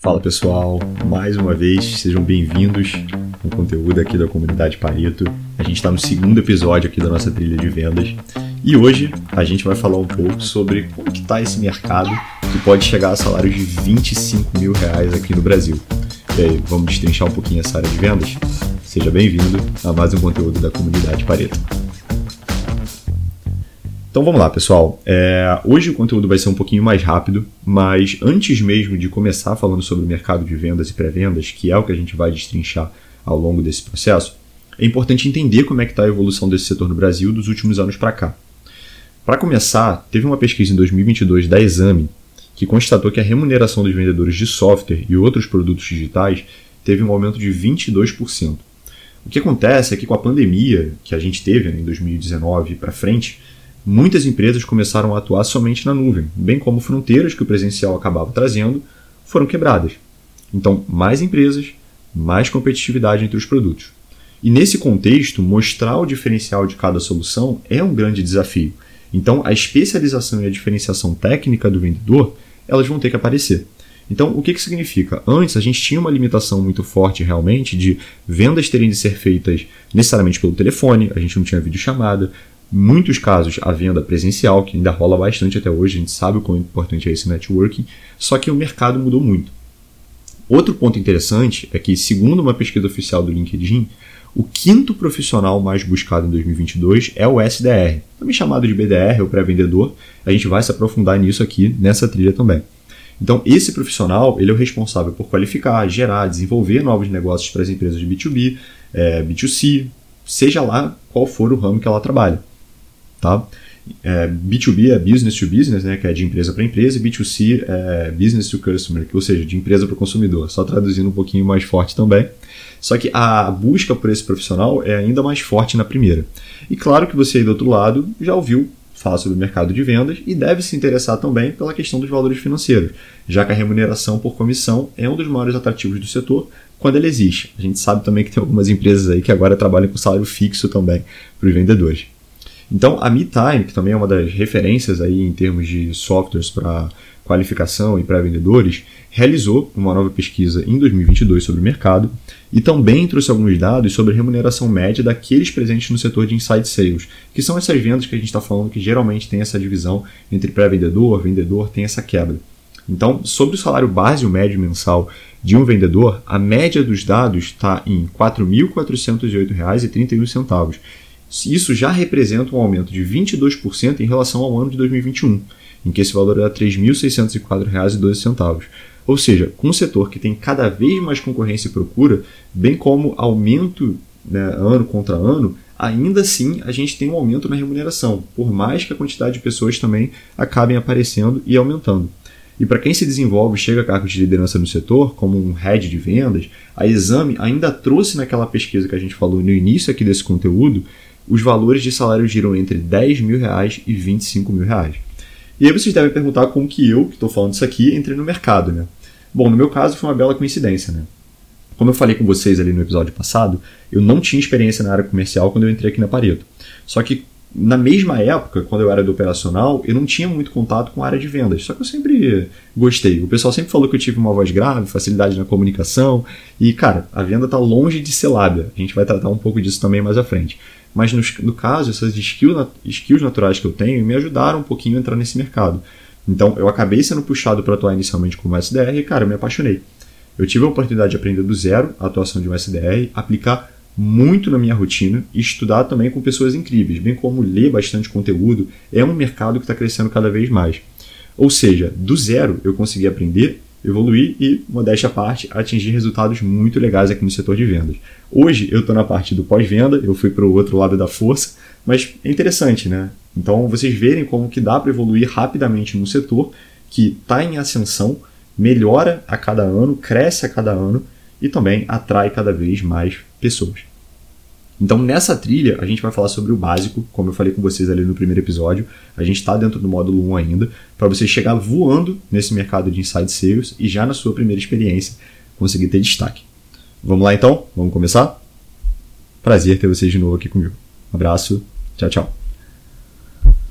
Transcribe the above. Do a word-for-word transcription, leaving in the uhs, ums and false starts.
Fala pessoal, mais uma vez, sejam bem-vindos ao conteúdo aqui da comunidade Pareto. A gente está no segundo episódio aqui da nossa trilha de vendas e hoje a gente vai falar um pouco sobre como que está esse mercado que pode chegar a salários de vinte e cinco mil reais aqui no Brasil. E aí, vamos destrinchar um pouquinho essa área de vendas? Seja bem-vindo a mais um conteúdo da comunidade Pareto. Então vamos lá, pessoal. É, hoje o conteúdo vai ser um pouquinho mais rápido, mas antes mesmo de começar falando sobre o mercado de vendas e pré-vendas, que é o que a gente vai destrinchar ao longo desse processo, é importante entender como é que está a evolução desse setor no Brasil dos últimos anos para cá. Para começar, teve uma pesquisa em dois mil e vinte e dois da Exame que constatou que a remuneração dos vendedores de software e outros produtos digitais teve um aumento de vinte e dois por cento. O que acontece é que com a pandemia que a gente teve em dois mil e dezenove para frente, muitas empresas começaram a atuar somente na nuvem, bem como fronteiras que o presencial acabava trazendo foram quebradas. Então, mais empresas, mais competitividade entre os produtos. E nesse contexto, mostrar o diferencial de cada solução é um grande desafio. Então, a especialização e a diferenciação técnica do vendedor, elas vão ter que aparecer. Então, o que que significa? Antes, a gente tinha uma limitação muito forte realmente de vendas terem de ser feitas necessariamente pelo telefone, a gente não tinha videochamada. Em muitos casos, a venda presencial, que ainda rola bastante até hoje, a gente sabe o quão importante é esse networking, só que o mercado mudou muito. Outro ponto interessante é que, segundo uma pesquisa oficial do LinkedIn, o quinto profissional mais buscado em dois mil e vinte e dois é o S D R, também chamado de B D R, ou pré-vendedor. A gente vai se aprofundar nisso aqui, nessa trilha também. Então, esse profissional ele é o responsável por qualificar, gerar, desenvolver novos negócios para as empresas de B dois B, é, B dois C, seja lá qual for o ramo que ela trabalha. Tá? É, B dois B é business to business, né, que é de empresa para empresa, e B dois C é business to customer, ou seja, de empresa para o consumidor, só traduzindo um pouquinho mais forte também. Só que a busca por esse profissional é ainda mais forte na primeira. E claro que você aí do outro lado já ouviu falar sobre o mercado de vendas e deve se interessar também pela questão dos valores financeiros, já que a remuneração por comissão é um dos maiores atrativos do setor quando ela existe. A gente sabe também que tem algumas empresas aí que agora trabalham com salário fixo também para os vendedores. Então, a MeTime, que também é uma das referências aí em termos de softwares para qualificação e para vendedores, realizou uma nova pesquisa em dois mil e vinte e dois sobre o mercado e também trouxe alguns dados sobre a remuneração média daqueles presentes no setor de inside sales, que são essas vendas que a gente está falando que geralmente tem essa divisão entre pré-vendedor, vendedor, tem essa quebra. Então, sobre o salário base, o médio mensal de um vendedor, a média dos dados está em quatro mil quatrocentos e oito reais e trinta e um centavos. Isso já representa um aumento de vinte e dois por cento em relação ao ano de dois mil e vinte e um, em que esse valor era três mil seiscentos e quatro reais e doze centavos. Ou seja, com um setor que tem cada vez mais concorrência e procura, bem como aumento, né, ano contra ano, ainda assim a gente tem um aumento na remuneração, por mais que a quantidade de pessoas também acabem aparecendo e aumentando. E para quem se desenvolve e chega a cargos de liderança no setor, como um head de vendas, a Exame ainda trouxe naquela pesquisa que a gente falou no início aqui desse conteúdo, os valores de salário giram entre dez mil reais e vinte e cinco mil reais. E aí vocês devem perguntar como que eu, que estou falando isso aqui, entrei no mercado, né? Bom, no meu caso foi uma bela coincidência, né? Como eu falei com vocês ali no episódio passado, eu não tinha experiência na área comercial quando eu entrei aqui na Pareto. Só que na mesma época, quando eu era do operacional, eu não tinha muito contato com a área de vendas. Só que eu sempre gostei. O pessoal sempre falou que eu tive uma voz grave, facilidade na comunicação. E, cara, a venda está longe de ser lábia. A gente vai tratar um pouco disso também mais à frente. Mas no, no caso, essas skills, skills naturais que eu tenho me ajudaram um pouquinho a entrar nesse mercado. Então, eu acabei sendo puxado para atuar inicialmente como S D R e, cara, eu me apaixonei. Eu tive a oportunidade de aprender do zero a atuação de um S D R, aplicar muito na minha rotina e estudar também com pessoas incríveis, bem como ler bastante conteúdo. É um mercado que está crescendo cada vez mais. Ou seja, do zero eu consegui aprender, evoluir e, modéstia à parte, atingir resultados muito legais aqui no setor de vendas. Hoje eu estou na parte do pós-venda, eu fui para o outro lado da força, mas é interessante, né? Então vocês verem como que dá para evoluir rapidamente no setor que está em ascensão, melhora a cada ano, cresce a cada ano e também atrai cada vez mais pessoas. Então, nessa trilha, a gente vai falar sobre o básico, como eu falei com vocês ali no primeiro episódio. A gente está dentro do módulo um ainda, para você chegar voando nesse mercado de inside sales e já na sua primeira experiência conseguir ter destaque. Vamos lá então? Vamos começar? Prazer ter vocês de novo aqui comigo. Um abraço, tchau, tchau.